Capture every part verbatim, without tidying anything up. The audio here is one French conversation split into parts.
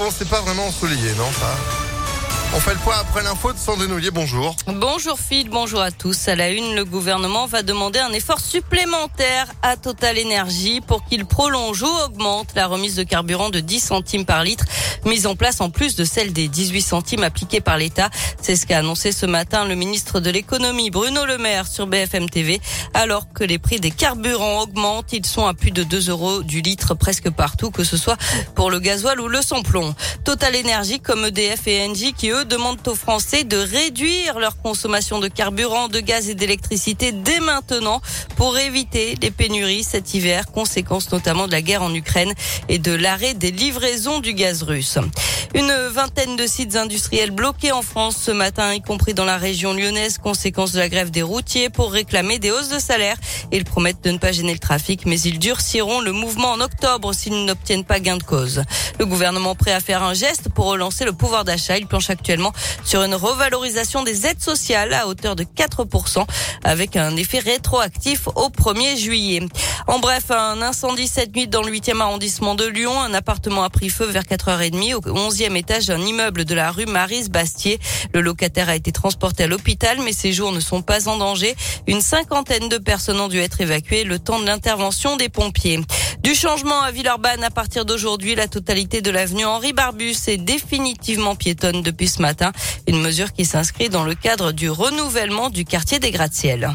bon, c'est pas vraiment ensoleillé, non, ça? On fait le point après l'info de Sandrine Ollier, bonjour. Bonjour Phil, bonjour à tous. À la une, le gouvernement va demander un effort supplémentaire à Total Energy pour qu'il prolonge ou augmente la remise de carburant de dix centimes par litre, mise en place en plus de celle des dix-huit centimes appliqués par l'État. C'est ce qu'a annoncé ce matin le ministre de l'économie Bruno Le Maire sur B F M T V. Alors que les prix des carburants augmentent, ils sont à plus de deux euros du litre presque partout, que ce soit pour le gasoil ou le sans-plomb. Total Energy comme E D F et Engie qui eux demandent aux Français de réduire leur consommation de carburant, de gaz et d'électricité dès maintenant pour éviter les pénuries cet hiver, conséquence notamment de la guerre en Ukraine et de l'arrêt des livraisons du gaz russe. Une vingtaine de sites industriels bloqués en France ce matin, y compris dans la région lyonnaise, conséquence de la grève des routiers pour réclamer des hausses de salaire. Ils promettent de ne pas gêner le trafic, mais ils durciront le mouvement en octobre s'ils n'obtiennent pas gain de cause. Le gouvernement prêt à faire un geste pour relancer le pouvoir d'achat. Il planche actuellement sur une revalorisation des aides sociales à hauteur de quatre pour cent avec un effet rétroactif au premier juillet. En bref, un incendie cette nuit dans le huitième arrondissement de Lyon. Un appartement a pris feu vers quatre heures trente au onzième étage d'un immeuble de la rue Maryse-Bastier. Le locataire a été transporté à l'hôpital, mais ses jours ne sont pas en danger. Une cinquantaine de personnes ont dû être évacuées le temps de l'intervention des pompiers. Du changement à Villeurbanne à partir d'aujourd'hui, la totalité de l'avenue Henri Barbus est définitivement piétonne depuis ce matin. Une mesure qui s'inscrit dans le cadre du renouvellement du quartier des gratte-ciel.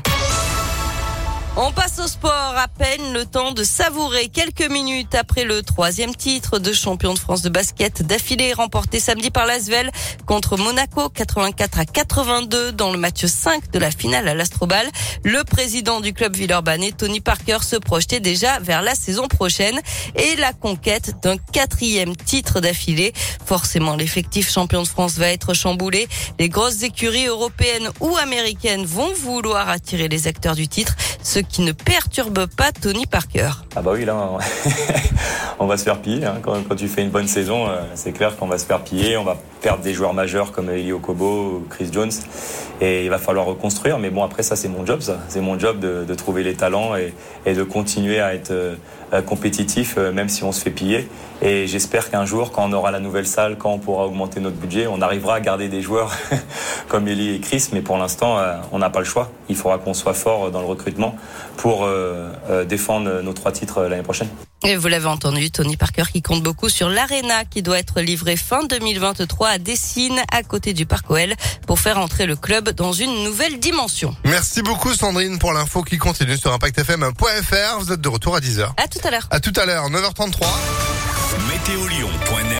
On passe au sport, à peine le temps de savourer quelques minutes après le troisième titre de champion de France de basket d'affilée remporté samedi par l'Asvel contre Monaco quatre-vingt-quatre à quatre-vingt-deux dans le match cinq de la finale à l'Astrobal. Le président du club villeurbanais, Tony Parker, se projetait déjà vers la saison prochaine et la conquête d'un quatrième titre d'affilée. Forcément, l'effectif champion de France va être chamboulé. Les grosses écuries européennes ou américaines vont vouloir attirer les acteurs du titre, ce qui ne perturbe pas Tony Parker. Ah bah oui, là, on va se faire piller. Hein. Quand, quand tu fais une bonne saison, c'est clair qu'on va se faire piller. On va perdre des joueurs majeurs comme Eli Okobo ou Chris Jones. Et il va falloir reconstruire. Mais bon, après, ça, c'est mon job, ça. C'est mon job de, de trouver les talents et, et de continuer à être euh, compétitif, euh, même si on se fait piller. Et j'espère qu'un jour, quand on aura la nouvelle salle, quand on pourra augmenter notre budget, on arrivera à garder des joueurs comme Eli et Chris. Mais pour l'instant, euh, on n'a pas le choix. Il faudra qu'on soit fort dans le recrutement pour euh, euh, défendre nos trois titres l'année prochaine. Et vous l'avez entendu, Tony Parker qui compte beaucoup sur l'Arena qui doit être livrée fin deux mille vingt-trois à Dessines, à côté du Parc O L, pour faire entrer le club dans une nouvelle dimension. Merci beaucoup Sandrine pour l'info qui continue sur impact f m point f r. Vous êtes de retour à dix heures. À tout à l'heure. À tout à l'heure, neuf heures trente-trois. météo lyon point net